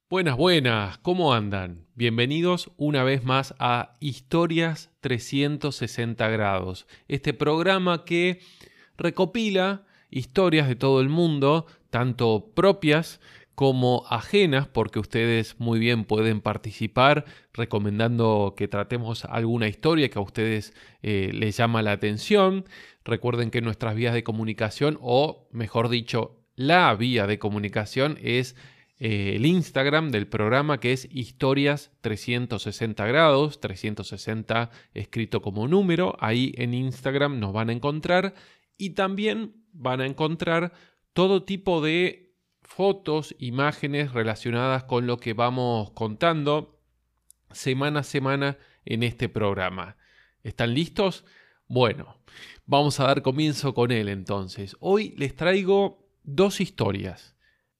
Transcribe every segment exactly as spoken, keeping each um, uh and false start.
Buenas, buenas, ¿cómo andan? Bienvenidos una vez más a Historias trescientos sesenta grados, este programa que recopila historias de todo el mundo, tanto propias como ajenas, porque ustedes muy bien pueden participar recomendando que tratemos alguna historia que a ustedes eh, les llama la atención. Recuerden que nuestras vías de comunicación, o mejor dicho, la vía de comunicación es Eh, el Instagram del programa, que es Historias trescientos sesenta grados, trescientos sesenta escrito como número. Ahí en Instagram nos van a encontrar y también van a encontrar todo tipo de fotos, imágenes relacionadas con lo que vamos contando semana a semana en este programa. ¿Están listos? Bueno, vamos a dar comienzo con él entonces. Hoy les traigo dos historias.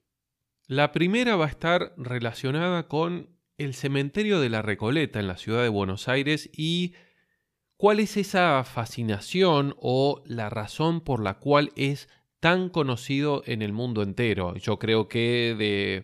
La primera va a estar relacionada con el cementerio de la Recoleta en la ciudad de Buenos Aires y cuál es esa fascinación o la razón por la cual es tan conocido en el mundo entero. Yo creo que de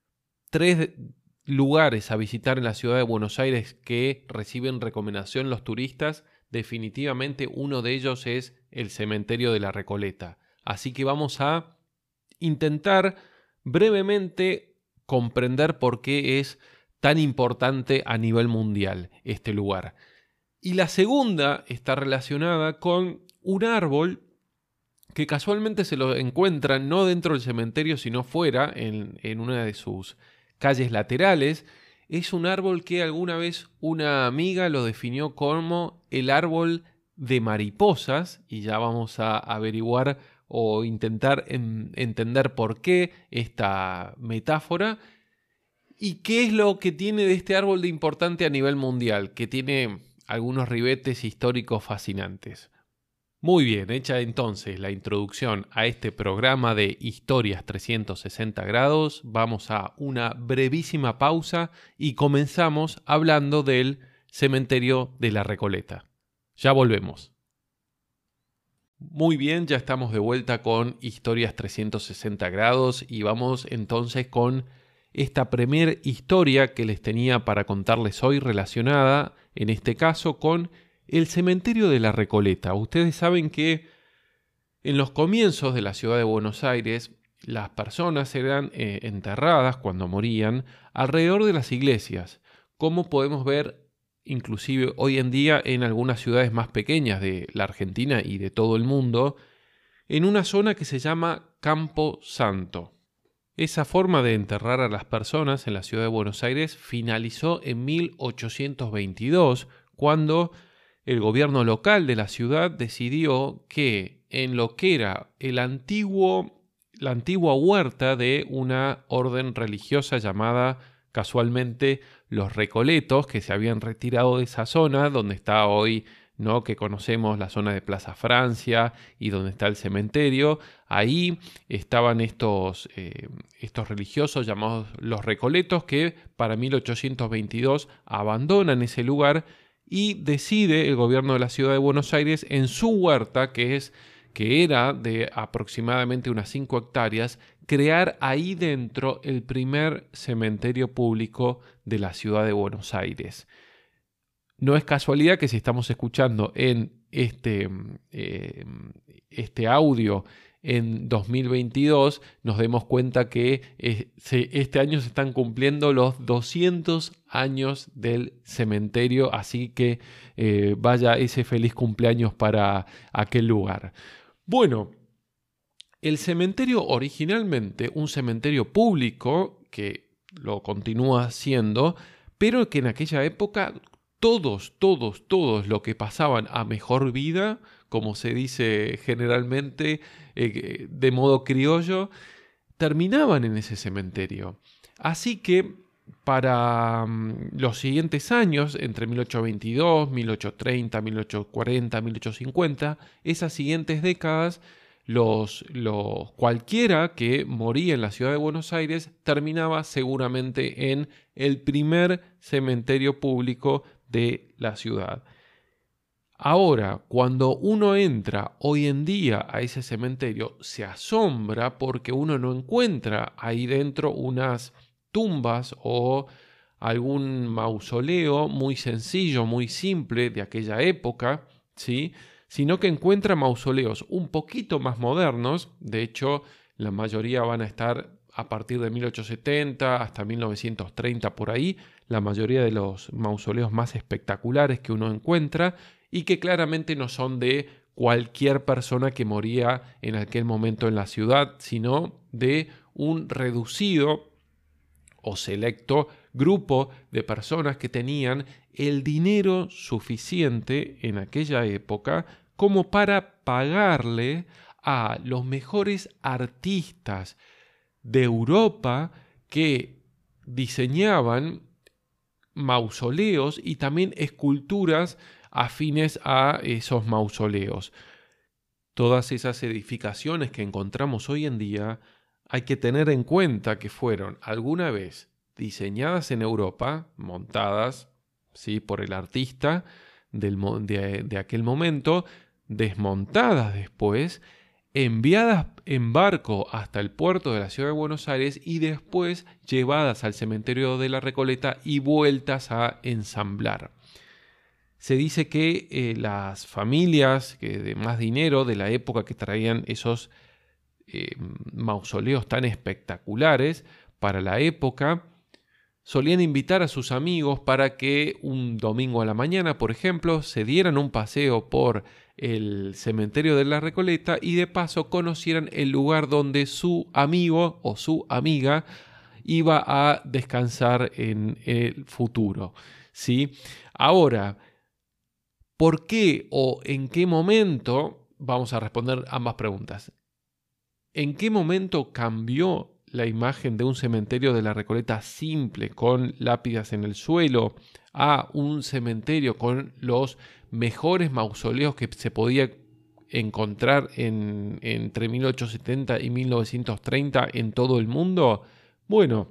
tres lugares a visitar en la ciudad de Buenos Aires que reciben recomendación los turistas, definitivamente uno de ellos es el cementerio de la Recoleta. Así que vamos a intentar brevemente comprender por qué es tan importante a nivel mundial este lugar. Y la segunda está relacionada con un árbol que casualmente se lo encuentran no dentro del cementerio, sino fuera, en, en una de sus calles laterales. Es un árbol que alguna vez una amiga lo definió como el árbol de mariposas, y ya vamos a averiguar o intentar en, entender por qué esta metáfora y qué es lo que tiene de este árbol de importante a nivel mundial, que tiene algunos ribetes históricos fascinantes. Muy bien, hecha entonces la introducción a este programa de Historias trescientos sesenta grados, vamos a una brevísima pausa y comenzamos hablando del cementerio de la Recoleta. Ya volvemos. Muy bien, ya estamos de vuelta con Historias trescientos sesenta grados y vamos entonces con esta primera historia que les tenía para contarles hoy relacionada, en este caso, con el cementerio de la Recoleta. Ustedes saben que en los comienzos de la ciudad de Buenos Aires, las personas eran eh, enterradas cuando morían alrededor de las iglesias, como podemos ver inclusive hoy en día en algunas ciudades más pequeñas de la Argentina y de todo el mundo, en una zona que se llama Campo Santo. Esa forma de enterrar a las personas en la ciudad de Buenos Aires finalizó en mil ochocientos veintidós, cuando el gobierno local de la ciudad decidió que en lo que era el antiguo, la antigua huerta de una orden religiosa llamada casualmente los Recoletos, que se habían retirado de esa zona donde está hoy, ¿no?, que conocemos la zona de Plaza Francia y donde está el cementerio. Ahí estaban estos, eh, estos religiosos llamados los Recoletos, que para mil ochocientos veintidós abandonan ese lugar y decide el gobierno de la ciudad de Buenos Aires en su huerta, que es que era de aproximadamente unas cinco hectáreas, crear ahí dentro el primer cementerio público de la ciudad de Buenos Aires. No es casualidad que si estamos escuchando en este, eh, este audio en dos mil veintidós, nos demos cuenta que eh, se, este año se están cumpliendo los doscientos años del cementerio, así que eh, vaya ese feliz cumpleaños para aquel lugar. Bueno, el cementerio originalmente, un cementerio público, que lo continúa siendo, pero que en aquella época todos, todos, todos los que pasaban a mejor vida, como se dice generalmente eh, de modo criollo, terminaban en ese cementerio. Así que para um, los siguientes años, entre mil ochocientos veintidós, mil ochocientos treinta, mil ochocientos cuarenta, mil ochocientos cincuenta, esas siguientes décadas, los, los, cualquiera que moría en la ciudad de Buenos Aires terminaba seguramente en el primer cementerio público de la ciudad. Ahora, cuando uno entra hoy en día a ese cementerio, se asombra porque uno no encuentra ahí dentro unas tumbas o algún mausoleo muy sencillo, muy simple de aquella época, ¿sí? Sino que encuentra mausoleos un poquito más modernos. De hecho, la mayoría van a estar a partir de mil ochocientos setenta hasta mil novecientos treinta por ahí, la mayoría de los mausoleos más espectaculares que uno encuentra y que claramente no son de cualquier persona que moría en aquel momento en la ciudad, sino de un reducido o selecto grupo de personas que tenían el dinero suficiente en aquella época como para pagarle a los mejores artistas de Europa que diseñaban mausoleos y también esculturas afines a esos mausoleos. Todas esas edificaciones que encontramos hoy en día hay que tener en cuenta que fueron alguna vez diseñadas en Europa, montadas, ¿sí?, por el artista del, de, de aquel momento, desmontadas después, enviadas en barco hasta el puerto de la ciudad de Buenos Aires y después llevadas al cementerio de la Recoleta y vueltas a ensamblar. Se dice que eh, las familias que de más dinero de la época que traían esos eh, mausoleos tan espectaculares para la época, solían invitar a sus amigos para que un domingo a la mañana, por ejemplo, se dieran un paseo por el cementerio de la Recoleta y de paso conocieran el lugar donde su amigo o su amiga iba a descansar en el futuro, ¿sí? Ahora, ¿por qué o en qué momento? Vamos a responder ambas preguntas. ¿En qué momento cambió la imagen de un cementerio de la Recoleta simple con lápidas en el suelo a un cementerio con los mejores mausoleos que se podía encontrar en, entre mil ochocientos setenta y mil novecientos treinta en todo el mundo? Bueno,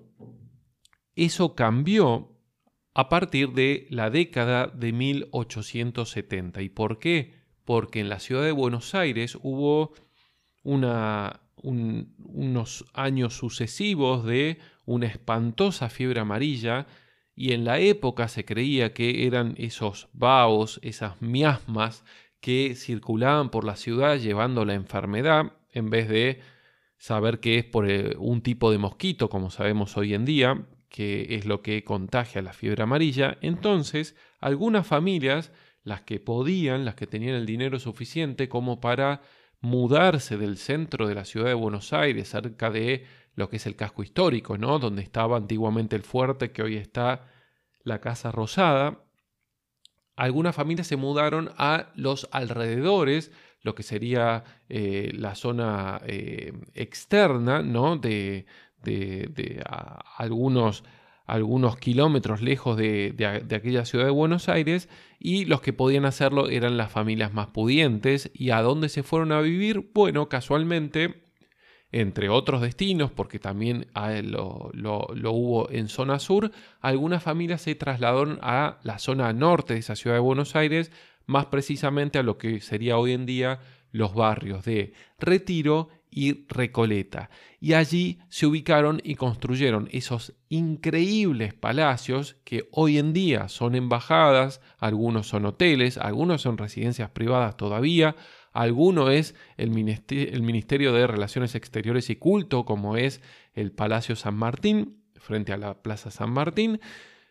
eso cambió a partir de la década de mil ochocientos setenta. ¿Y por qué? Porque en la ciudad de Buenos Aires hubo una, un, unos años sucesivos de una espantosa fiebre amarilla y en la época se creía que eran esos vaos, esas miasmas que circulaban por la ciudad llevando la enfermedad en vez de saber que es por un tipo de mosquito, como sabemos hoy en día, que es lo que contagia la fiebre amarilla. Entonces, algunas familias, las que podían, las que tenían el dinero suficiente como para mudarse del centro de la ciudad de Buenos Aires, cerca de lo que es el casco histórico, ¿no?, donde estaba antiguamente el fuerte, que hoy está la Casa Rosada, algunas familias se mudaron a los alrededores, lo que sería eh, la zona eh, externa, ¿no?, de, de, de a, algunos, algunos kilómetros lejos de, de, de aquella ciudad de Buenos Aires, y los que podían hacerlo eran las familias más pudientes. ¿Y a dónde se fueron a vivir? Bueno, casualmente, entre otros destinos, porque también lo, lo, lo hubo en zona sur, algunas familias se trasladaron a la zona norte de esa ciudad de Buenos Aires, más precisamente a lo que sería hoy en día los barrios de Retiro y Recoleta. Y allí se ubicaron y construyeron esos increíbles palacios que hoy en día son embajadas, algunos son hoteles, algunos son residencias privadas todavía, alguno es el Ministerio, el Ministerio de Relaciones Exteriores y Culto, como es el Palacio San Martín, frente a la Plaza San Martín.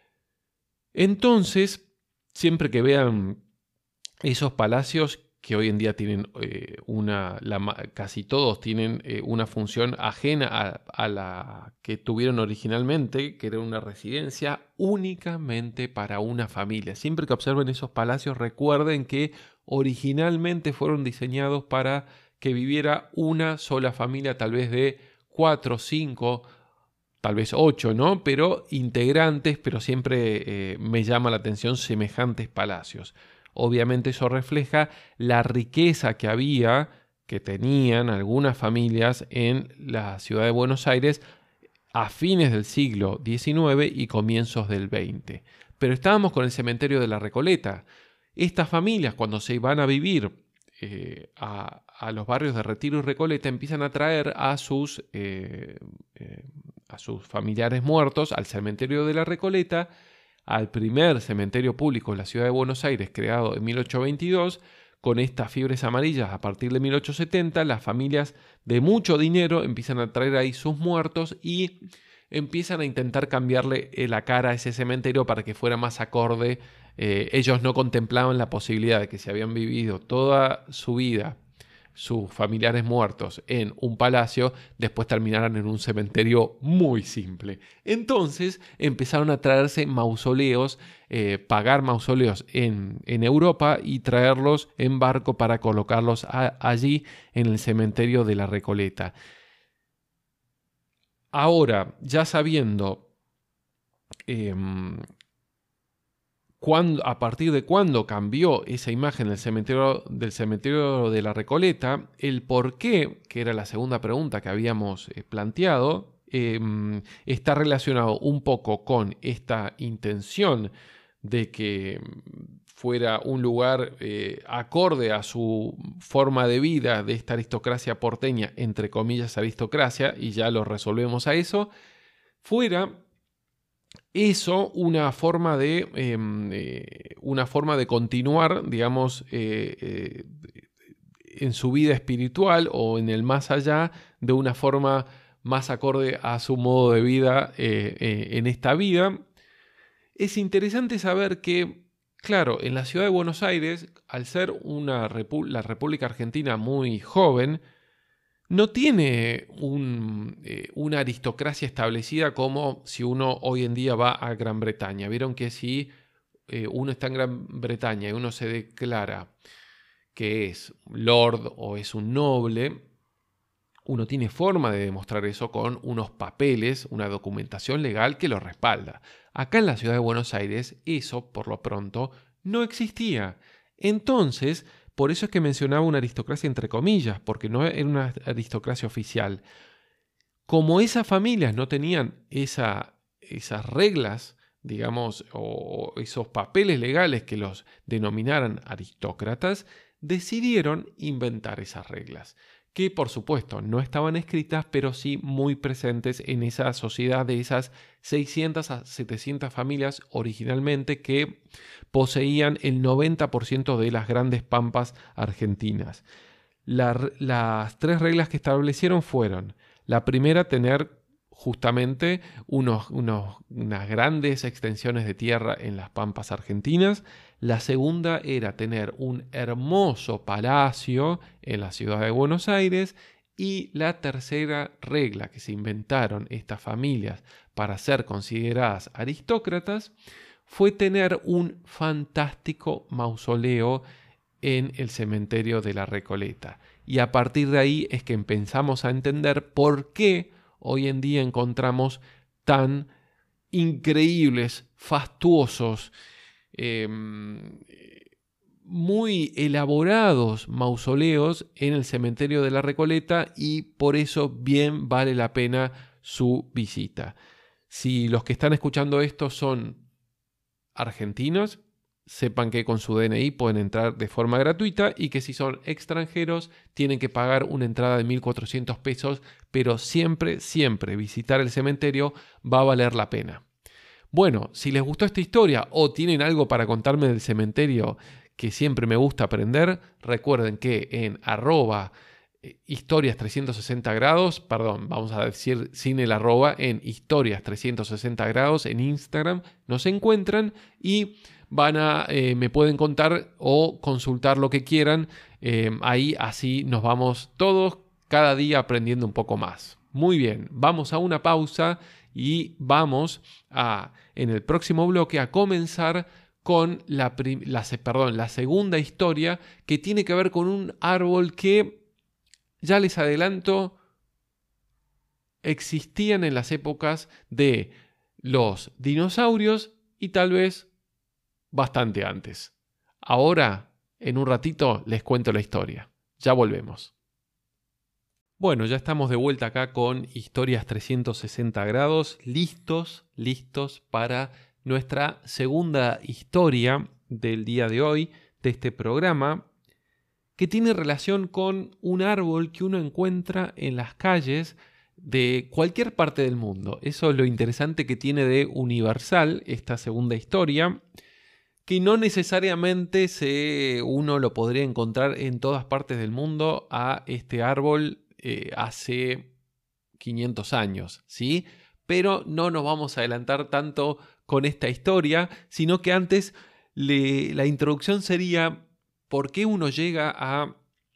Entonces, siempre que vean esos palacios que hoy en día tienen eh, una, la, casi todos tienen eh, una función ajena a, a la que tuvieron originalmente, que era una residencia únicamente para una familia. Siempre que observen esos palacios, recuerden que originalmente fueron diseñados para que viviera una sola familia, tal vez de cuatro, cinco, tal vez ocho, ¿no? Pero integrantes, pero siempre eh, me llama la atención semejantes palacios. Obviamente eso refleja la riqueza que había, que tenían algunas familias en la ciudad de Buenos Aires a fines del siglo diecinueve y comienzos del veinte. Pero estábamos con el cementerio de la Recoleta. Estas familias, cuando se van a vivir eh, a, a los barrios de Retiro y Recoleta, empiezan a traer a sus, eh, eh, a sus familiares muertos al cementerio de la Recoleta, al primer cementerio público de la ciudad de Buenos Aires, creado en mil ochocientos veintidós, con estas fiebres amarillas a partir de mil ochocientos setenta, las familias de mucho dinero empiezan a traer ahí sus muertos y empiezan a intentar cambiarle la cara a ese cementerio para que fuera más acorde. Eh, ellos no contemplaban la posibilidad de que si habían vivido toda su vida sus familiares muertos en un palacio, después terminaran en un cementerio muy simple. Entonces empezaron a traerse mausoleos, eh, pagar mausoleos en, en Europa y traerlos en barco para colocarlos a, allí en el cementerio de la Recoleta. Ahora, ya sabiendo eh, cuándo, a partir de cuándo cambió esa imagen del cementerio, del cementerio de la Recoleta, el por qué, que era la segunda pregunta que habíamos eh, planteado, eh, está relacionado un poco con esta intención de que fuera un lugar eh, acorde a su forma de vida de esta aristocracia porteña, entre comillas aristocracia, y ya lo resolvemos a eso, fuera eso una forma de, eh, eh, una forma de continuar, digamos, eh, eh, en su vida espiritual o en el más allá, de una forma más acorde a su modo de vida eh, eh, en esta vida. Es interesante saber que, claro, en la ciudad de Buenos Aires, al ser una repu- la República Argentina muy joven, no tiene un, eh, una aristocracia establecida como si uno hoy en día va a Gran Bretaña. Vieron que si eh, uno está en Gran Bretaña y uno se declara que es lord o es un noble, uno tiene forma de demostrar eso con unos papeles, una documentación legal que lo respalda. Acá en la ciudad de Buenos Aires eso, por lo pronto, no existía. Entonces, por eso es que mencionaba una aristocracia entre comillas, porque no era una aristocracia oficial. Como esas familias no tenían esa, esas reglas, digamos, o esos papeles legales que los denominaran aristócratas, decidieron inventar esas reglas, que por supuesto no estaban escritas, pero sí muy presentes en esa sociedad de esas seiscientas a setecientas familias originalmente que poseían el noventa por ciento de las grandes pampas argentinas. La, las tres reglas que establecieron fueron: la primera, tener justamente unos, unos, unas grandes extensiones de tierra en las pampas argentinas. La segunda era tener un hermoso palacio en la ciudad de Buenos Aires. Y la tercera regla que se inventaron estas familias para ser consideradas aristócratas fue tener un fantástico mausoleo en el cementerio de la Recoleta. Y a partir de ahí es que empezamos a entender por qué hoy en día encontramos tan increíbles, fastuosos, eh, muy elaborados mausoleos en el cementerio de la Recoleta, y por eso bien vale la pena su visita. Si los que están escuchando esto son argentinos, sepan que con su D N I pueden entrar de forma gratuita, y que si son extranjeros tienen que pagar una entrada de mil cuatrocientos pesos, pero siempre, siempre visitar el cementerio va a valer la pena. Bueno, si les gustó esta historia o tienen algo para contarme del cementerio que siempre me gusta aprender, recuerden que en arroba historias trescientos sesenta grados, perdón, vamos a decir sin el arroba, en historias trescientos sesenta grados en Instagram nos encuentran y van a, eh, me pueden contar o consultar lo que quieran. Eh, ahí así nos vamos todos cada día aprendiendo un poco más. Muy bien, vamos a una pausa y vamos a, en el próximo bloque, a comenzar con la, la, perdón, la segunda historia, que tiene que ver con un árbol que, ya les adelanto, existían en las épocas de los dinosaurios y tal vez bastante antes. Ahora, en un ratito, les cuento la historia. Ya volvemos. Bueno, ya estamos de vuelta acá con Historias trescientos sesenta grados, listos, listos para nuestra segunda historia del día de hoy, de este programa, que tiene relación con un árbol que uno encuentra en las calles de cualquier parte del mundo. Eso es lo interesante que tiene de universal esta segunda historia, que no necesariamente se, uno lo podría encontrar en todas partes del mundo a este árbol eh, hace quinientos años, ¿sí? Pero no nos vamos a adelantar tanto con esta historia, sino que antes le, la introducción sería por qué uno llega a,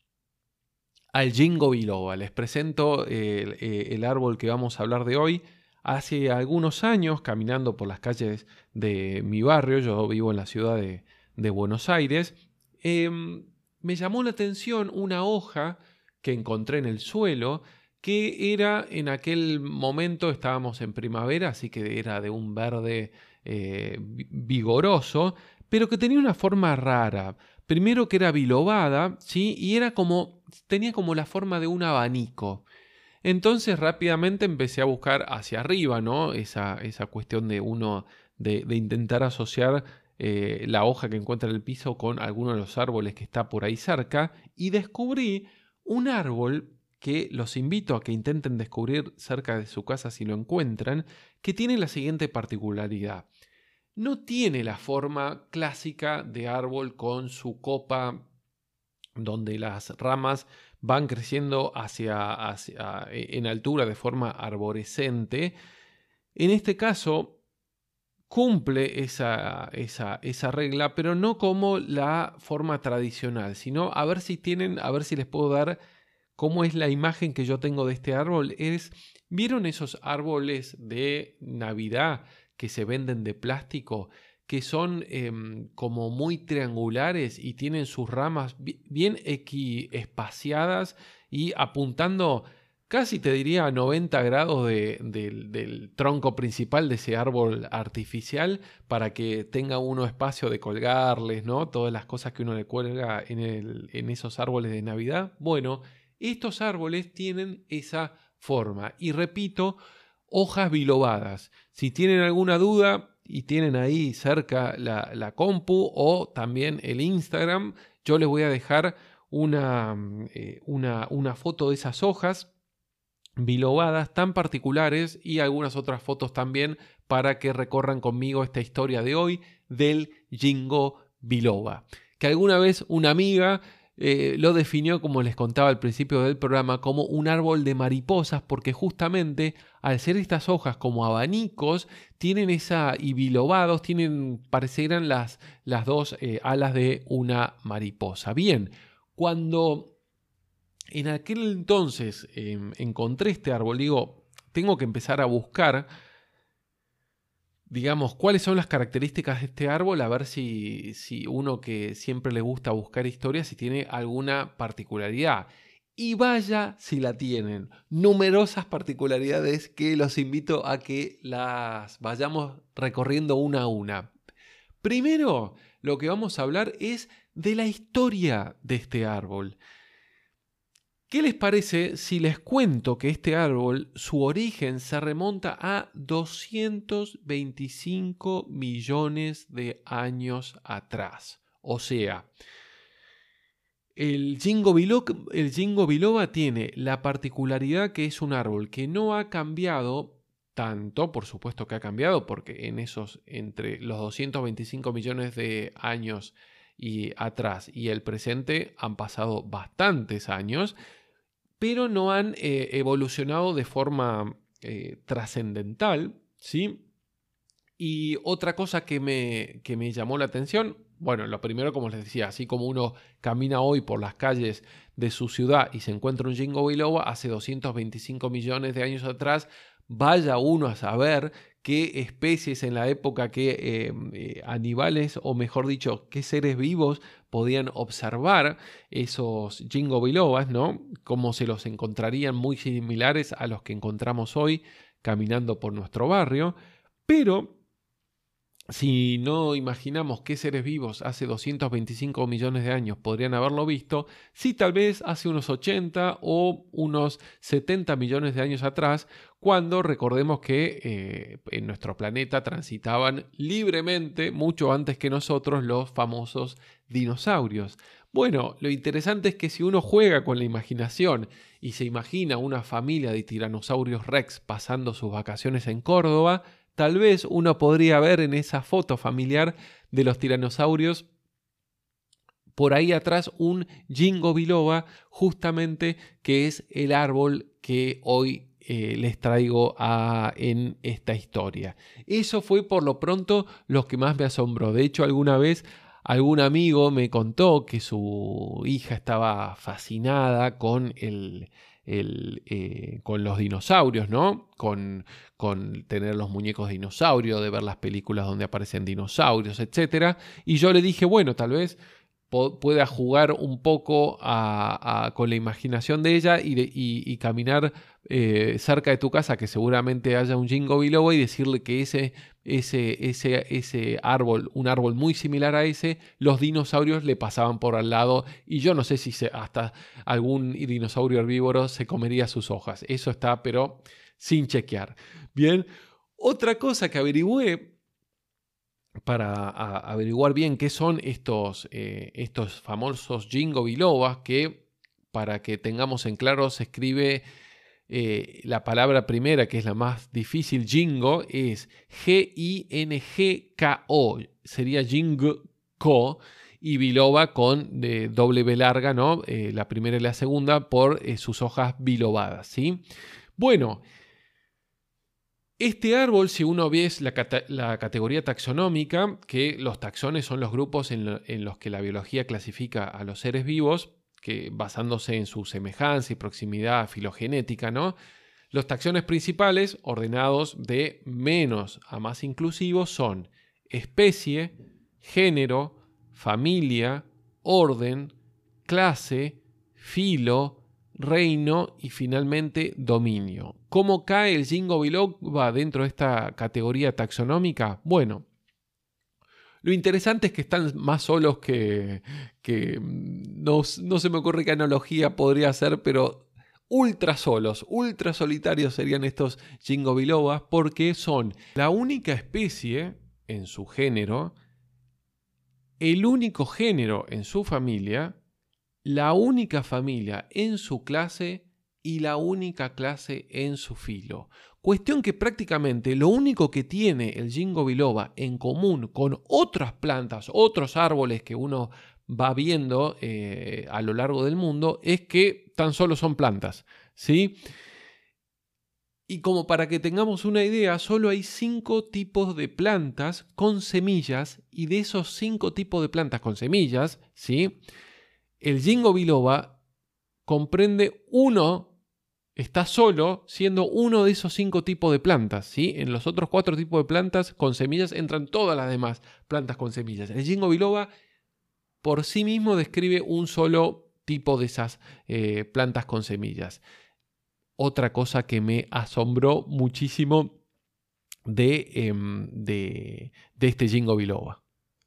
al Ginkgo biloba. Les presento el, el árbol que vamos a hablar de hoy. Hace algunos años, caminando por las calles de mi barrio, yo vivo en la ciudad de, de Buenos Aires, eh, me llamó la atención una hoja que encontré en el suelo, que era en aquel momento, estábamos en primavera, así que era de un verde eh, vigoroso, pero que tenía una forma rara. Primero que era bilobada, ¿sí? Y era como, tenía como la forma de un abanico. Entonces rápidamente empecé a buscar hacia arriba, ¿no? Esa, esa cuestión de uno, de, de intentar asociar eh, la hoja que encuentra en el piso con alguno de los árboles que está por ahí cerca, y descubrí un árbol que los invito a que intenten descubrir cerca de su casa si lo encuentran, que tiene la siguiente particularidad. No tiene la forma clásica de árbol con su copa donde las ramas van creciendo hacia, hacia, en altura de forma arborescente. En este caso cumple esa, esa, esa regla, pero no como la forma tradicional, sino a ver si tienen, a ver si les puedo dar cómo es la imagen que yo tengo de este árbol. Es, ¿vieron esos árboles de Navidad que se venden de plástico, que son eh, como muy triangulares y tienen sus ramas bien equiespaciadas y apuntando casi te diría a noventa grados de, de, del tronco principal de ese árbol artificial para que tenga uno espacio de colgarles, ¿no? Todas las cosas que uno le cuelga en, el, en esos árboles de Navidad. Bueno, estos árboles tienen esa forma y repito, hojas bilobadas. Si tienen alguna duda y tienen ahí cerca la, la compu o también el Instagram, yo les voy a dejar una, eh, una, una foto de esas hojas bilobadas tan particulares y algunas otras fotos también para que recorran conmigo esta historia de hoy del Ginkgo biloba, que alguna vez una amiga eh, lo definió, como les contaba al principio del programa, como un árbol de mariposas, porque justamente al ser estas hojas como abanicos tienen esa, y bilobados tienen, parecieran las, las dos eh, alas de una mariposa. Bien, cuando en aquel entonces eh, encontré este árbol, digo, tengo que empezar a buscar, digamos, cuáles son las características de este árbol, a ver si, si uno que siempre le gusta buscar historias, si tiene alguna particularidad. Y vaya si la tienen. Numerosas particularidades que los invito a que las vayamos recorriendo una a una. Primero, lo que vamos a hablar es de la historia de este árbol. ¿Qué les parece si les cuento que este árbol, su origen se remonta a doscientos veinticinco millones de años atrás? O sea, el Ginkgo biloba, el Ginkgo biloba tiene la particularidad que es un árbol que no ha cambiado tanto, por supuesto que ha cambiado, porque en esos, entre los doscientos veinticinco millones de años y atrás y el presente han pasado bastantes años, pero no han eh, evolucionado de forma eh, trascendental, ¿sí? Y otra cosa que me, que me llamó la atención, bueno, lo primero, como les decía, así como uno camina hoy por las calles de su ciudad y se encuentra un Ginkgo biloba, hace doscientos veinticinco millones de años atrás, vaya uno a saber qué especies en la época, qué eh, eh, animales, o mejor dicho, qué seres vivos podían observar esos Ginkgo bilobas, ¿no? Cómo se los encontrarían muy similares a los que encontramos hoy caminando por nuestro barrio. Pero si no imaginamos qué seres vivos hace doscientos veinticinco millones de años podrían haberlo visto, sí, tal vez hace unos ochenta o unos setenta millones de años atrás, cuando recordemos que eh, en nuestro planeta transitaban libremente, mucho antes que nosotros, los famosos dinosaurios. Bueno, lo interesante es que si uno juega con la imaginación y se imagina una familia de tiranosaurios rex pasando sus vacaciones en Córdoba, tal vez uno podría ver en esa foto familiar de los tiranosaurios por ahí atrás un ginkgo biloba, justamente que es el árbol que hoy eh, les traigo a, en esta historia. Eso fue por lo pronto lo que más me asombró. De hecho, alguna vez algún amigo me contó que su hija estaba fascinada con el... El, eh, con los dinosaurios, ¿no? Con, con tener los muñecos dinosaurios, de ver las películas donde aparecen dinosaurios, etcétera. Y yo le dije, bueno, tal vez pueda jugar un poco a, a, con la imaginación de ella y, de, y, y caminar eh, cerca de tu casa, que seguramente haya un ginkgo biloba, y decirle que ese, ese, ese, ese árbol, un árbol muy similar a ese, los dinosaurios le pasaban por al lado, y yo no sé si se, hasta algún dinosaurio herbívoro se comería sus hojas. Eso está, pero sin chequear. Bien, otra cosa que averigüé para a, averiguar bien qué son estos, eh, estos famosos ginkgo biloba, que para que tengamos en claro se escribe eh, la palabra primera, que es la más difícil, ginkgo, es G I N G K O, sería ginkgo, y biloba con de doble B larga, ¿no? Eh, la primera y la segunda por eh, sus hojas bilobadas, ¿sí? Bueno, este árbol, si uno ve la, cata la categoría taxonómica, que los taxones son los grupos en, lo en los que la biología clasifica a los seres vivos, que basándose en su semejanza y proximidad filogenética, ¿no? Los taxones principales, ordenados de menos a más inclusivos, son especie, género, familia, orden, clase, filo, reino y finalmente dominio. ¿Cómo cae el ginkgo biloba dentro de esta categoría taxonómica? Bueno, lo interesante es que están más solos que... que no, no se me ocurre qué analogía podría ser, pero ultra solos, ultra solitarios serían estos ginkgo bilobas, porque son la única especie en su género, el único género en su familia, la única familia en su clase y la única clase en su filo. Cuestión que prácticamente lo único que tiene el ginkgo biloba en común con otras plantas, otros árboles que uno va viendo eh, a lo largo del mundo, es que tan solo son plantas, ¿sí? Y como para que tengamos una idea, solo hay cinco tipos de plantas con semillas, y de esos cinco tipos de plantas con semillas, ¿sí?, el ginkgo biloba comprende uno, está solo siendo uno de esos cinco tipos de plantas, ¿sí? En los otros cuatro tipos de plantas con semillas entran todas las demás plantas con semillas. El ginkgo biloba por sí mismo describe un solo tipo de esas eh, plantas con semillas. Otra cosa que me asombró muchísimo de, eh, de, de este ginkgo biloba.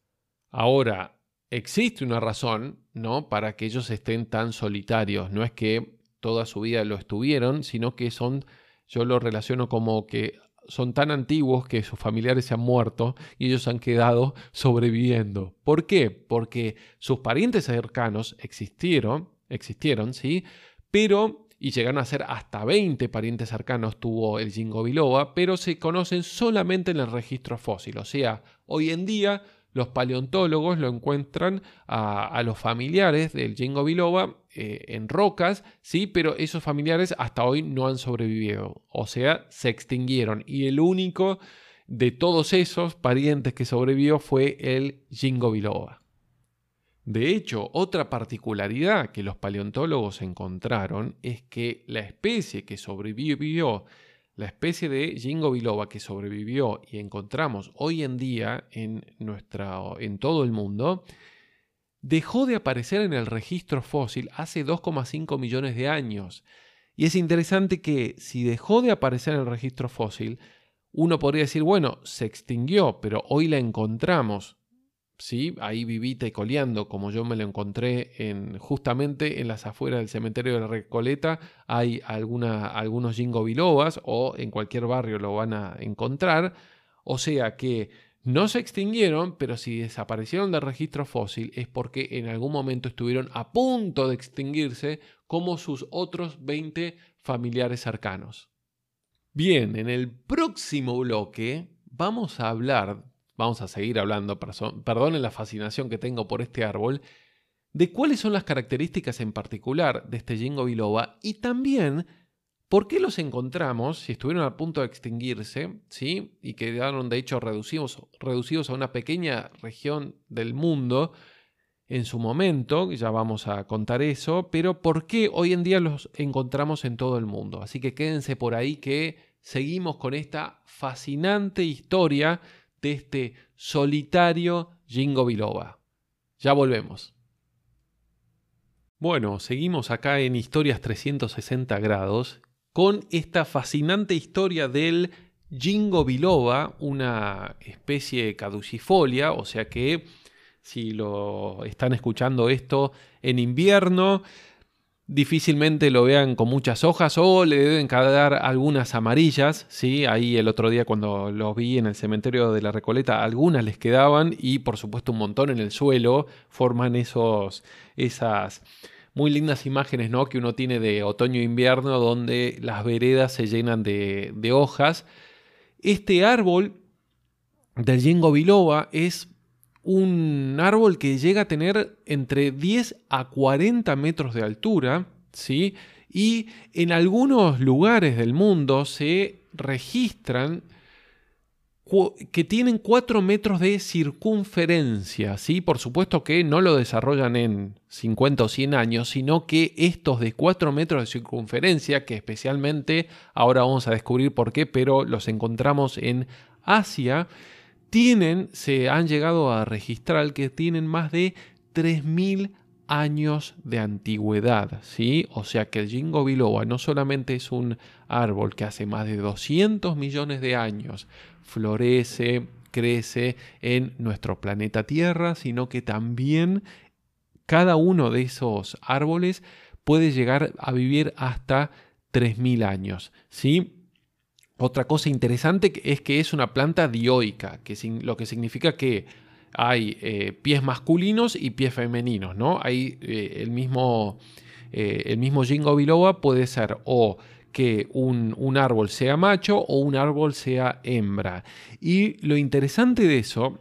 Ahora, existe una razón, ¿no?, para que ellos estén tan solitarios. No es que toda su vida lo estuvieron, sino que son, yo lo relaciono como que son tan antiguos que sus familiares se han muerto y ellos han quedado sobreviviendo. ¿Por qué? Porque sus parientes cercanos existieron, existieron, ¿sí? Pero, y llegaron a ser hasta veinte parientes cercanos tuvo el ginkgo biloba, pero se conocen solamente en el registro fósil. O sea, hoy en día los paleontólogos lo encuentran a, a los familiares del ginkgo biloba eh, en rocas, sí, pero esos familiares hasta hoy no han sobrevivido, o sea, se extinguieron. Y el único de todos esos parientes que sobrevivió fue el ginkgo biloba. De hecho, otra particularidad que los paleontólogos encontraron es que la especie que sobrevivió, la especie de ginkgo biloba que sobrevivió y encontramos hoy en día en, nuestra, en todo el mundo, dejó de aparecer en el registro fósil hace dos coma cinco millones de años. Y es interesante que si dejó de aparecer en el registro fósil, uno podría decir, bueno, se extinguió, pero hoy la encontramos, ¿sí?, ahí vivita y coleando, como yo me lo encontré en, justamente en las afueras del cementerio de la Recoleta. Hay alguna, algunos ginkgo bilobas, o en cualquier barrio lo van a encontrar. O sea que no se extinguieron, pero si desaparecieron del registro fósil es porque en algún momento estuvieron a punto de extinguirse como sus otros veinte familiares cercanos. Bien, en el próximo bloque vamos a hablar, vamos a seguir hablando, perdonen la fascinación que tengo por este árbol, de cuáles son las características en particular de este Ginkgo biloba y también por qué los encontramos, si estuvieron a punto de extinguirse, ¿sí? Y quedaron de hecho reducidos, reducidos a una pequeña región del mundo en su momento, ya vamos a contar eso, pero por qué hoy en día los encontramos en todo el mundo. Así que quédense por ahí que seguimos con esta fascinante historia de este solitario Ginkgo biloba. Ya volvemos. Bueno, seguimos acá en Historias trescientos sesenta grados con esta fascinante historia del Ginkgo biloba, una especie caducifolia, o sea que si lo están escuchando esto en invierno, difícilmente lo vean con muchas hojas o le deben quedar algunas amarillas, ¿sí? Ahí el otro día cuando los vi en el cementerio de la Recoleta, algunas les quedaban y por supuesto un montón en el suelo, forman esos, esas muy lindas imágenes, ¿no? Que uno tiene de otoño e invierno donde las veredas se llenan de, de hojas. Este árbol del Ginkgo biloba es un árbol que llega a tener entre diez a cuarenta metros de altura, ¿sí? Y en algunos lugares del mundo se registran que tienen cuatro metros de circunferencia, ¿sí? Por supuesto que no lo desarrollan en cincuenta o cien años, sino que estos de cuatro metros de circunferencia, que especialmente, ahora vamos a descubrir por qué, pero los encontramos en Asia, tienen, se han llegado a registrar que tienen más de tres mil años de antigüedad, ¿sí? O sea que el Ginkgo biloba no solamente es un árbol que hace más de doscientos millones de años florece, crece en nuestro planeta Tierra, sino que también cada uno de esos árboles puede llegar a vivir hasta tres mil años, ¿sí? Otra cosa interesante es que es una planta dioica, que lo que significa que hay eh, pies masculinos y pies femeninos, ¿no? Hay eh, el mismo, eh, el mismo Ginkgo biloba puede ser o que un, un árbol sea macho o un árbol sea hembra. Y lo interesante de eso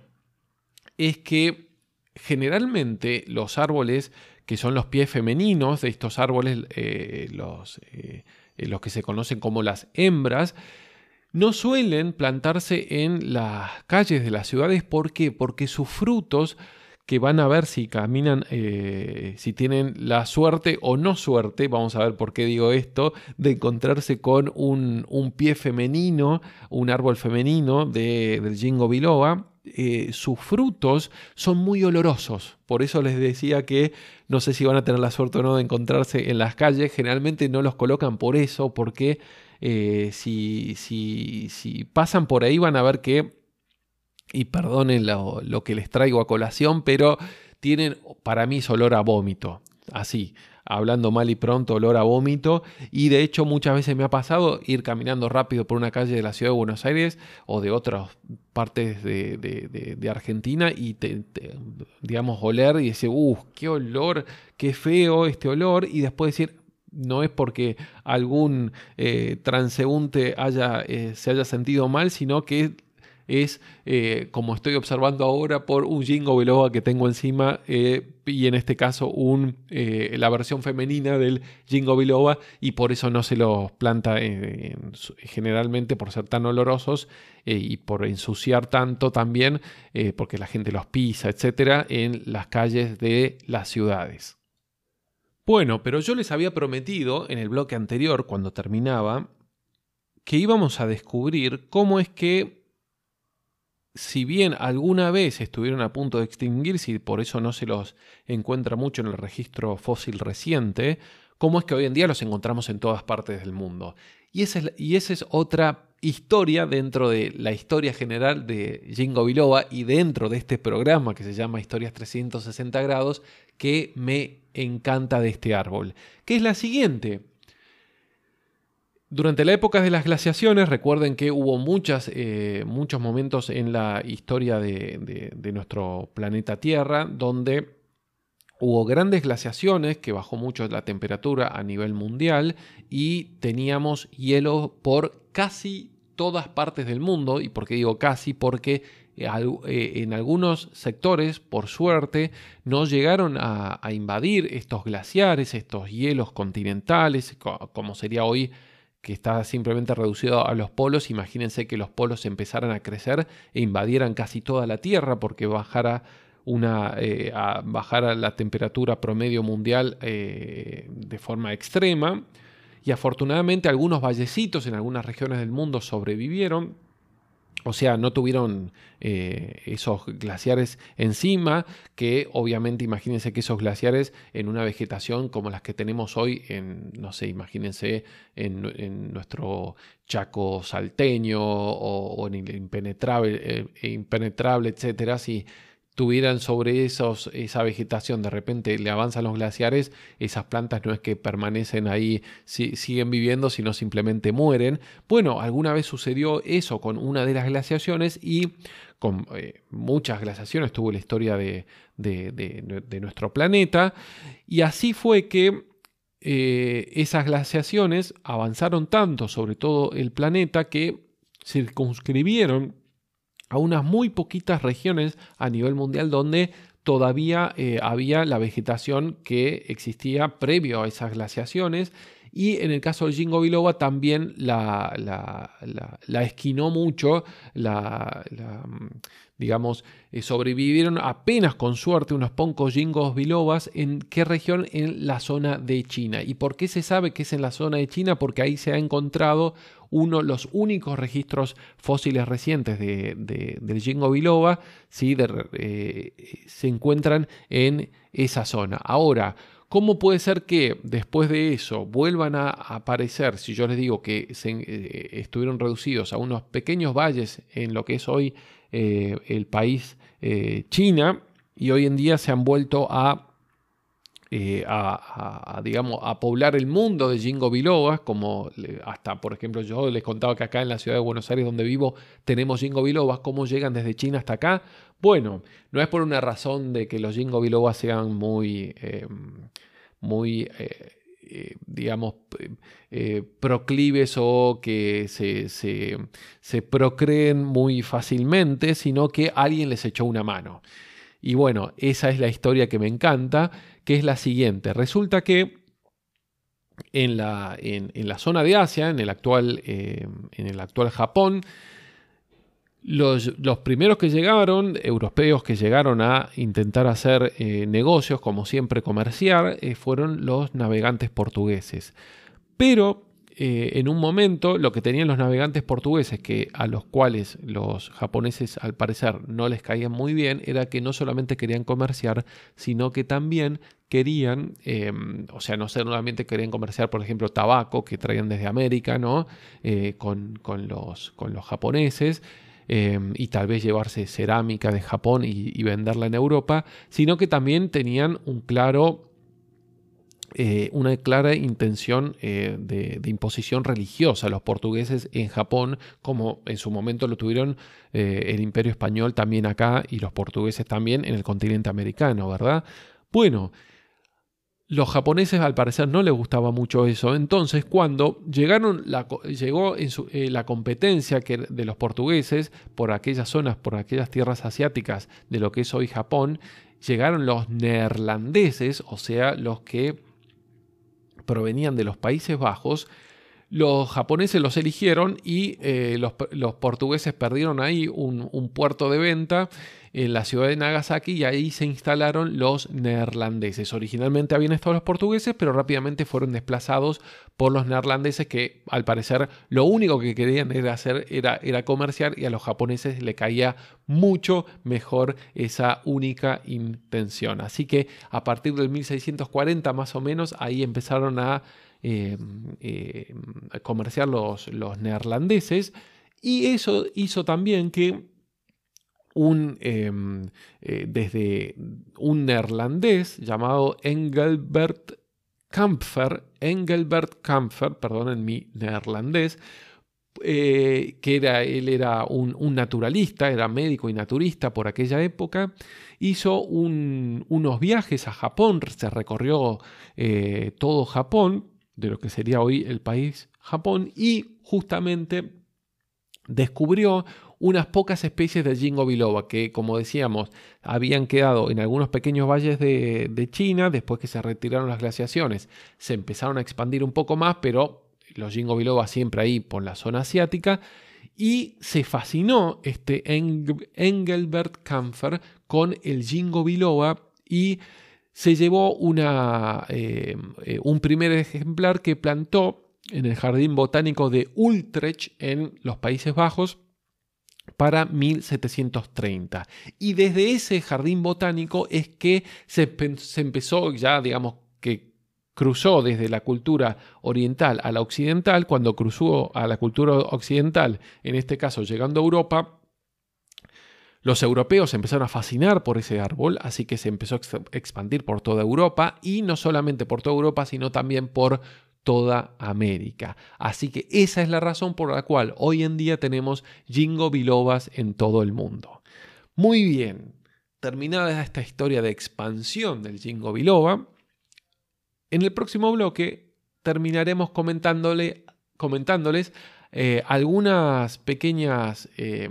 es que generalmente los árboles que son los pies femeninos de estos árboles, eh, los, eh, los que se conocen como las hembras, no suelen plantarse en las calles de las ciudades. ¿Por qué? Porque sus frutos, que van a ver si caminan, eh, si tienen la suerte o no suerte, vamos a ver por qué digo esto, de encontrarse con un, un pie femenino, un árbol femenino de, del Ginkgo biloba, eh, sus frutos son muy olorosos. Por eso les decía que no sé si van a tener la suerte o no de encontrarse en las calles. Generalmente no los colocan por eso, porque eh, si, si, si pasan por ahí van a ver que, y perdonen lo, lo que les traigo a colación, pero tienen para mí olor a vómito, así, hablando mal y pronto, olor a vómito. Y de hecho muchas veces me ha pasado ir caminando rápido por una calle de la ciudad de Buenos Aires o de otras partes de, de, de, de Argentina y te, te, digamos oler y decir, uff, qué olor, qué feo este olor, y después decir, no es porque algún eh, transeúnte haya, eh, se haya sentido mal, sino que es, eh, como estoy observando ahora, por un Ginkgo biloba que tengo encima, eh, y en este caso un, eh, la versión femenina del Ginkgo biloba, y por eso no se los planta eh, en, generalmente por ser tan olorosos eh, y por ensuciar tanto también, eh, porque la gente los pisa, etcétera, en las calles de las ciudades. Bueno, pero yo les había prometido en el bloque anterior, cuando terminaba, que íbamos a descubrir cómo es que, si bien alguna vez estuvieron a punto de extinguirse y por eso no se los encuentra mucho en el registro fósil reciente, cómo es que hoy en día los encontramos en todas partes del mundo. Y esa es, y esa es otra historia dentro de la historia general de Ginkgo biloba y dentro de este programa que se llama Historias trescientos sesenta grados, que me encanta de este árbol, que es la siguiente. Durante la época de las glaciaciones, recuerden que hubo muchas, eh, muchos momentos en la historia de, de, de nuestro planeta Tierra donde hubo grandes glaciaciones que bajó mucho la temperatura a nivel mundial y teníamos hielo por casi todas partes del mundo. ¿Y por qué digo casi? Porque en algunos sectores, por suerte, no llegaron a, a invadir estos glaciares, estos hielos continentales, como sería hoy, que está simplemente reducido a los polos. Imagínense que los polos empezaran a crecer e invadieran casi toda la Tierra porque bajara, una, eh, a bajara la temperatura promedio mundial eh, de forma extrema. Y afortunadamente algunos vallecitos en algunas regiones del mundo sobrevivieron. O sea, no tuvieron eh, esos glaciares encima, que obviamente imagínense que esos glaciares en una vegetación como las que tenemos hoy, en, no sé, imagínense en, en nuestro Chaco salteño o, o en el impenetrable, eh, impenetrable, etcétera, si tuvieran sobre esos, esa vegetación, de repente le avanzan los glaciares, esas plantas no es que permanecen ahí, si, siguen viviendo, sino simplemente mueren. Bueno, alguna vez sucedió eso con una de las glaciaciones y con eh, muchas glaciaciones tuvo la historia de, de, de, de nuestro planeta, y así fue que eh, esas glaciaciones avanzaron tanto sobre todo el planeta que circunscribieron a unas muy poquitas regiones a nivel mundial donde todavía eh, había la vegetación que existía previo a esas glaciaciones. Y en el caso del Ginkgo biloba también la, la, la, la esquinó mucho, la, la, digamos, eh, sobrevivieron apenas con suerte unos pocos Ginkgos bilobas. ¿En qué región? En la zona de China. ¿Y por qué se sabe que es en la zona de China? Porque ahí se ha encontrado uno, los únicos registros fósiles recientes de, de, del Ginkgo biloba, ¿sí? de, eh, se encuentran en esa zona. Ahora, ¿cómo puede ser que después de eso vuelvan a aparecer, si yo les digo que se, eh, estuvieron reducidos a unos pequeños valles en lo que es hoy eh, el país eh, China, y hoy en día se han vuelto a Eh, a, a, a, digamos, a poblar el mundo de Ginkgo bilobas, como hasta, por ejemplo, yo les contaba que acá en la ciudad de Buenos Aires, donde vivo, tenemos Ginkgo bilobas? ¿Cómo llegan desde China hasta acá? Bueno, no es por una razón de que los Ginkgo bilobas sean muy, eh, muy eh, eh, digamos, eh, proclives o que se, se, se procreen muy fácilmente, sino que alguien les echó una mano. Y bueno, esa es la historia que me encanta, que es la siguiente. Resulta que en la, en, en la zona de Asia, en el actual, eh, en el actual Japón, los, los primeros que llegaron, europeos que llegaron a intentar hacer eh, negocios, como siempre comerciar, eh, fueron los navegantes portugueses. Pero Eh, en un momento lo que tenían los navegantes portugueses, que a los cuales los japoneses al parecer no les caían muy bien, era que no solamente querían comerciar, sino que también querían, eh, o sea, no solamente querían comerciar, por ejemplo, tabaco que traían desde América, ¿no? Eh, con, con, los, con los japoneses, eh, y tal vez llevarse cerámica de Japón y, y venderla en Europa, sino que también tenían un claro... Eh, una clara intención eh, de, de imposición religiosa. Los portugueses en Japón, como en su momento lo tuvieron eh, el Imperio Español también acá y los portugueses también en el continente americano, ¿verdad? Bueno, los japoneses al parecer no les gustaba mucho eso. Entonces, cuando llegaron la, llegó en su, eh, la competencia que, de los portugueses por aquellas zonas, por aquellas tierras asiáticas de lo que es hoy Japón, llegaron los neerlandeses, o sea, los que provenían de los Países Bajos. Los japoneses los eligieron y eh, los, los portugueses perdieron ahí un, un puerto de venta en la ciudad de Nagasaki, y ahí se instalaron los neerlandeses. Originalmente habían estado los portugueses, pero rápidamente fueron desplazados por los neerlandeses, que al parecer lo único que querían era hacer era, era comerciar, y a los japoneses le caía mucho mejor esa única intención. Así que a partir del mil seiscientos cuarenta más o menos, ahí empezaron a Eh, eh, comerciar los, los neerlandeses, y eso hizo también que un, eh, eh, desde un neerlandés llamado Engelbert Kampfer, Engelbert Kampfer, perdonen mi neerlandés, eh, que era, él era un, un naturalista, era médico y naturista por aquella época, hizo un, unos viajes a Japón, se recorrió eh, todo Japón, de lo que sería hoy el país Japón, y justamente descubrió unas pocas especies de ginkgo biloba que, como decíamos, habían quedado en algunos pequeños valles de, de China. Después que se retiraron las glaciaciones, se empezaron a expandir un poco más, pero los ginkgo biloba siempre ahí por la zona asiática, y se fascinó este Engelbert Kampfer con el ginkgo biloba y se llevó una, eh, eh, un primer ejemplar que plantó en el Jardín Botánico de Utrecht en los Países Bajos para mil setecientos treinta. Y desde ese jardín botánico es que se, se empezó ya, digamos, que cruzó desde la cultura oriental a la occidental. Cuando cruzó a la cultura occidental, en este caso llegando a Europa, los europeos se empezaron a fascinar por ese árbol, así que se empezó a expandir por toda Europa, y no solamente por toda Europa, sino también por toda América. Así que esa es la razón por la cual hoy en día tenemos ginkgo bilobas en todo el mundo. Muy bien, terminada esta historia de expansión del ginkgo biloba, en el próximo bloque terminaremos comentándole, comentándoles eh, algunas pequeñas eh,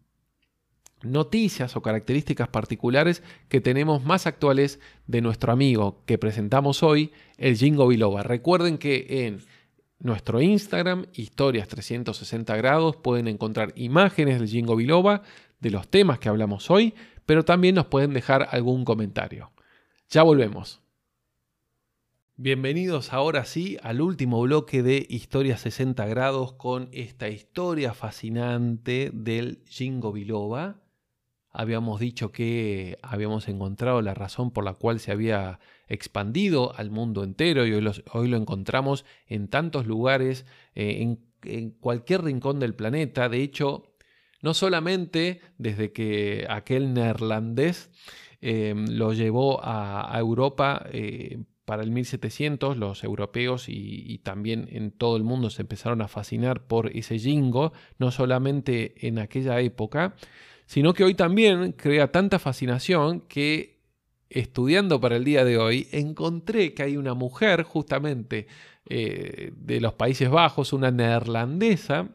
noticias o características particulares que tenemos más actuales de nuestro amigo que presentamos hoy, el ginkgo biloba. Recuerden que en nuestro Instagram, Historias trescientos sesenta grados, pueden encontrar imágenes del ginkgo biloba, de los temas que hablamos hoy, pero también nos pueden dejar algún comentario. Ya volvemos. Bienvenidos ahora sí al último bloque de Historias sesenta grados con esta historia fascinante del ginkgo biloba. Habíamos dicho que habíamos encontrado la razón por la cual se había expandido al mundo entero, y hoy, los, hoy lo encontramos en tantos lugares, eh, en, en cualquier rincón del planeta. De hecho, no solamente desde que aquel neerlandés eh, lo llevó a, a Europa eh, para el mil setecientos, los europeos y, y también en todo el mundo se empezaron a fascinar por ese ginkgo, no solamente en aquella época, sino que hoy también crea tanta fascinación que, estudiando para el día de hoy, encontré que hay una mujer justamente eh, de los Países Bajos, una neerlandesa,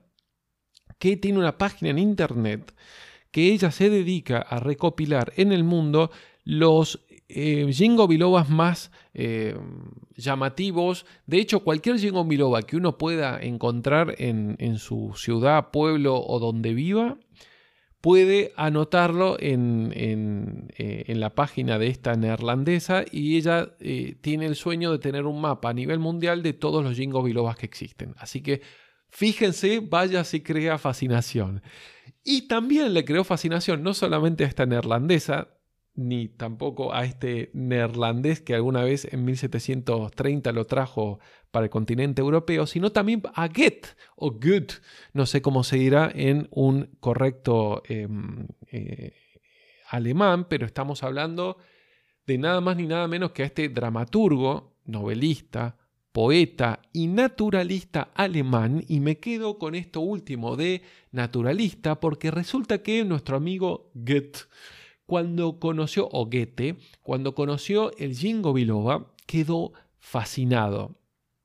que tiene una página en internet que ella se dedica a recopilar en el mundo los eh, ginkgo bilobas más eh, llamativos. De hecho, cualquier ginkgo biloba que uno pueda encontrar en, en su ciudad, pueblo o donde viva, puede anotarlo en, en, eh, en la página de esta neerlandesa, y ella eh, tiene el sueño de tener un mapa a nivel mundial de todos los ginkgo bilobas que existen. Así que fíjense, vaya si crea fascinación. Y también le creó fascinación no solamente a esta neerlandesa, ni tampoco a este neerlandés que alguna vez en mil setecientos treinta lo trajo para el continente europeo, sino también a Goethe, o Goethe, no sé cómo se dirá en un correcto eh, eh, alemán, pero estamos hablando de nada más ni nada menos que a este dramaturgo, novelista, poeta y naturalista alemán. Y me quedo con esto último de naturalista porque resulta que nuestro amigo Goethe, cuando conoció, o Goethe, cuando conoció el ginkgo biloba, quedó fascinado.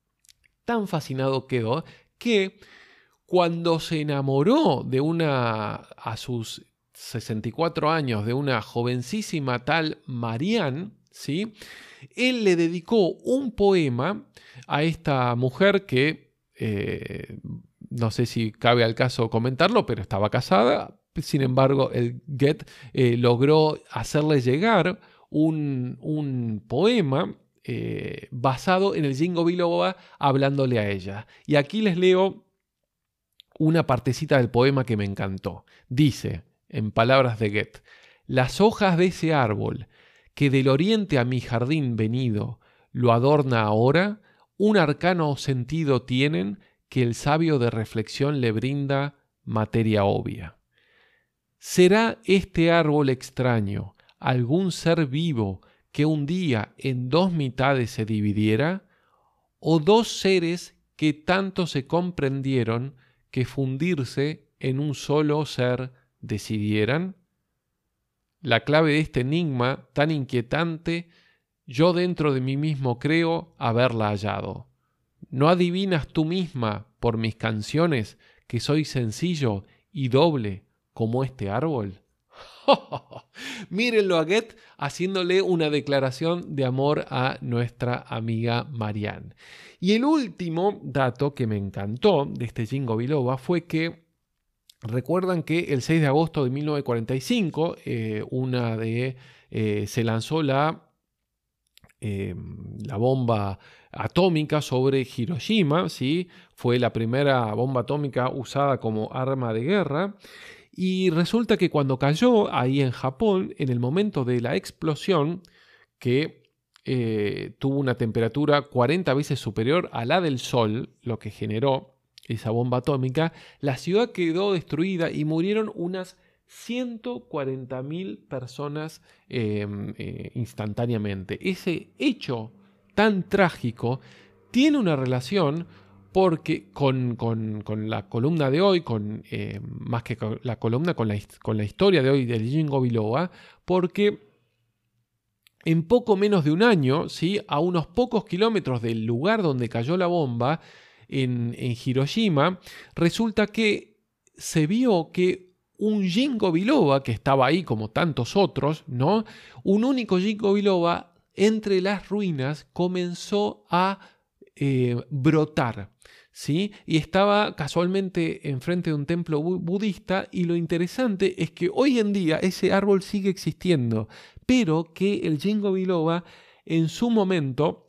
Tan fascinado quedó que cuando se enamoró de una, a sus sesenta y cuatro años, de una jovencísima tal Marianne, ¿sí?, él le dedicó un poema a esta mujer que, eh, no sé si cabe al caso comentarlo, pero estaba casada. Sin embargo, el Goethe eh, logró hacerle llegar un, un poema eh, basado en el ginkgo biloba, hablándole a ella. Y aquí les leo una partecita del poema que me encantó. Dice, en palabras de Goethe: las hojas de ese árbol que del oriente a mi jardín venido lo adorna ahora, un arcano sentido tienen que el sabio de reflexión le brinda materia obvia. ¿Será este árbol extraño algún ser vivo que un día en dos mitades se dividiera? o dos seres que tanto se comprendieron que fundirse en un solo ser decidieran? La clave de este enigma tan inquietante, yo dentro de mí mismo creo haberla hallado. ¿No adivinas tú misma por mis canciones que soy sencillo y doble como este árbol? Mírenlo a Goethe haciéndole una declaración de amor a nuestra amiga Marianne. Y el último dato que me encantó de este Ginkgo biloba fue que recuerdan que el seis de agosto de mil novecientos cuarenta y cinco eh, una de, eh, se lanzó la, eh, la bomba atómica sobre Hiroshima, ¿sí? Fue la primera bomba atómica usada como arma de guerra. Y resulta que cuando cayó ahí en Japón, en el momento de la explosión, que eh, tuvo una temperatura cuarenta veces superior a la del Sol, lo que generó esa bomba atómica, la ciudad quedó destruida y murieron unas ciento cuarenta mil personas eh, eh, instantáneamente. Ese hecho tan trágico tiene una relación porque con, con, con la columna de hoy, con, eh, más que con la columna, con la, con la historia de hoy del Ginkgo biloba, porque en poco menos de un año, ¿sí? A unos pocos kilómetros del lugar donde cayó la bomba, en, en Hiroshima, resulta que se vio que un Ginkgo biloba, que estaba ahí como tantos otros, ¿no? Un único Ginkgo biloba entre las ruinas comenzó a eh, brotar, ¿sí? Y estaba casualmente enfrente de un templo bu- budista, y lo interesante es que hoy en día ese árbol sigue existiendo, pero que el Ginkgo biloba en su momento,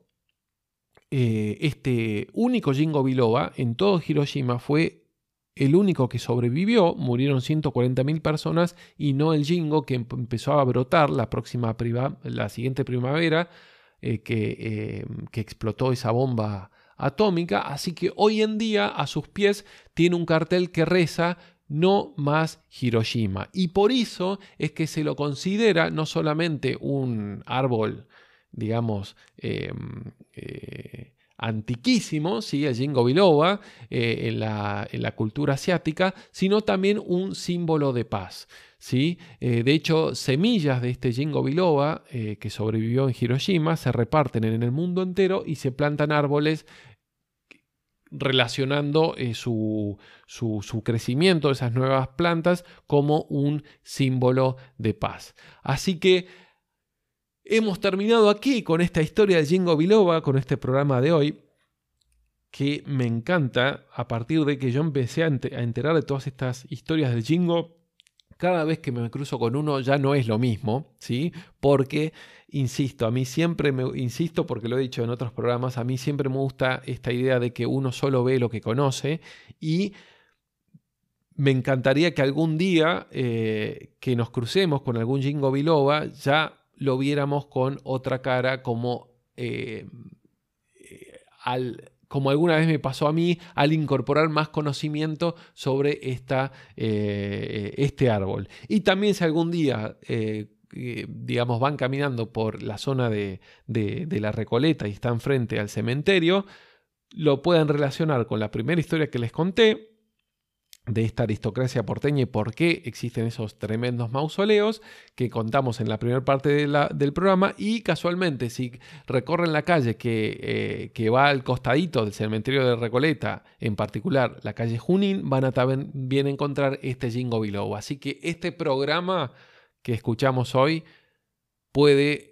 eh, este único Ginkgo biloba en todo Hiroshima fue el único que sobrevivió. Murieron ciento cuarenta mil personas y no el Ginkgo que empezó a brotar la, próxima priva, la siguiente primavera, eh, que, eh, que explotó esa bomba atómica. Así que hoy en día a sus pies tiene un cartel que reza "No más Hiroshima", y por eso es que se lo considera no solamente un árbol, digamos, eh, eh, antiquísimo, ¿sí? El Ginkgo biloba eh, en, la, en la cultura asiática, sino también un símbolo de paz, ¿sí? Eh, de hecho, semillas de este Ginkgo biloba eh, que sobrevivió en Hiroshima se reparten en el mundo entero y se plantan árboles relacionando eh, su, su, su crecimiento de esas nuevas plantas como un símbolo de paz. Así que hemos terminado aquí con esta historia de Ginkgo biloba, con este programa de hoy, que me encanta a partir de que yo empecé a enterar de todas estas historias del Ginkgo. Cada vez que me cruzo con uno ya no es lo mismo, ¿sí? Porque, insisto, a mí siempre me insisto, porque lo he dicho en otros programas, a mí siempre me gusta esta idea de que uno solo ve lo que conoce, y me encantaría que algún día eh, que nos crucemos con algún Ginkgo biloba ya lo viéramos con otra cara, como, eh, eh, al... como alguna vez me pasó a mí, al incorporar más conocimiento sobre esta, eh, este árbol. Y también si algún día, eh, eh, digamos, van caminando por la zona de, de, de la Recoleta y están frente al cementerio, lo pueden relacionar con la primera historia que les conté, de esta aristocracia porteña y por qué existen esos tremendos mausoleos que contamos en la primera parte de la, del programa. Y casualmente, si recorren la calle que, eh, que va al costadito del cementerio de Recoleta, en particular la calle Junín, van a también encontrar este Ginkgo biloba. Así que este programa que escuchamos hoy puede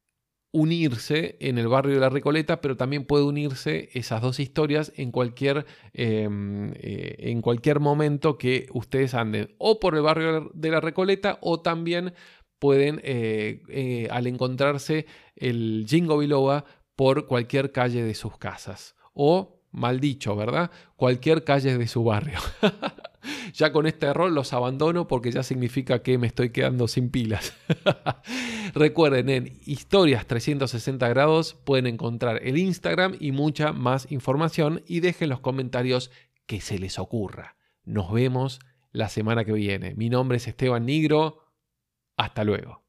unirse en el barrio de la Recoleta, pero también puede unirse esas dos historias en cualquier, eh, eh, en cualquier momento que ustedes anden o por el barrio de la Recoleta, o también pueden, eh, eh, al encontrarse el Ginkgo biloba, por cualquier calle de sus casas, o, mal dicho, ¿verdad?, cualquier calle de su barrio. Ya con este error los abandono porque ya significa que me estoy quedando sin pilas. Recuerden, en Historias trescientos sesenta grados pueden encontrar el Instagram y mucha más información, y dejen los comentarios que se les ocurra. Nos vemos la semana que viene. Mi nombre es Esteban Nigro. Hasta luego.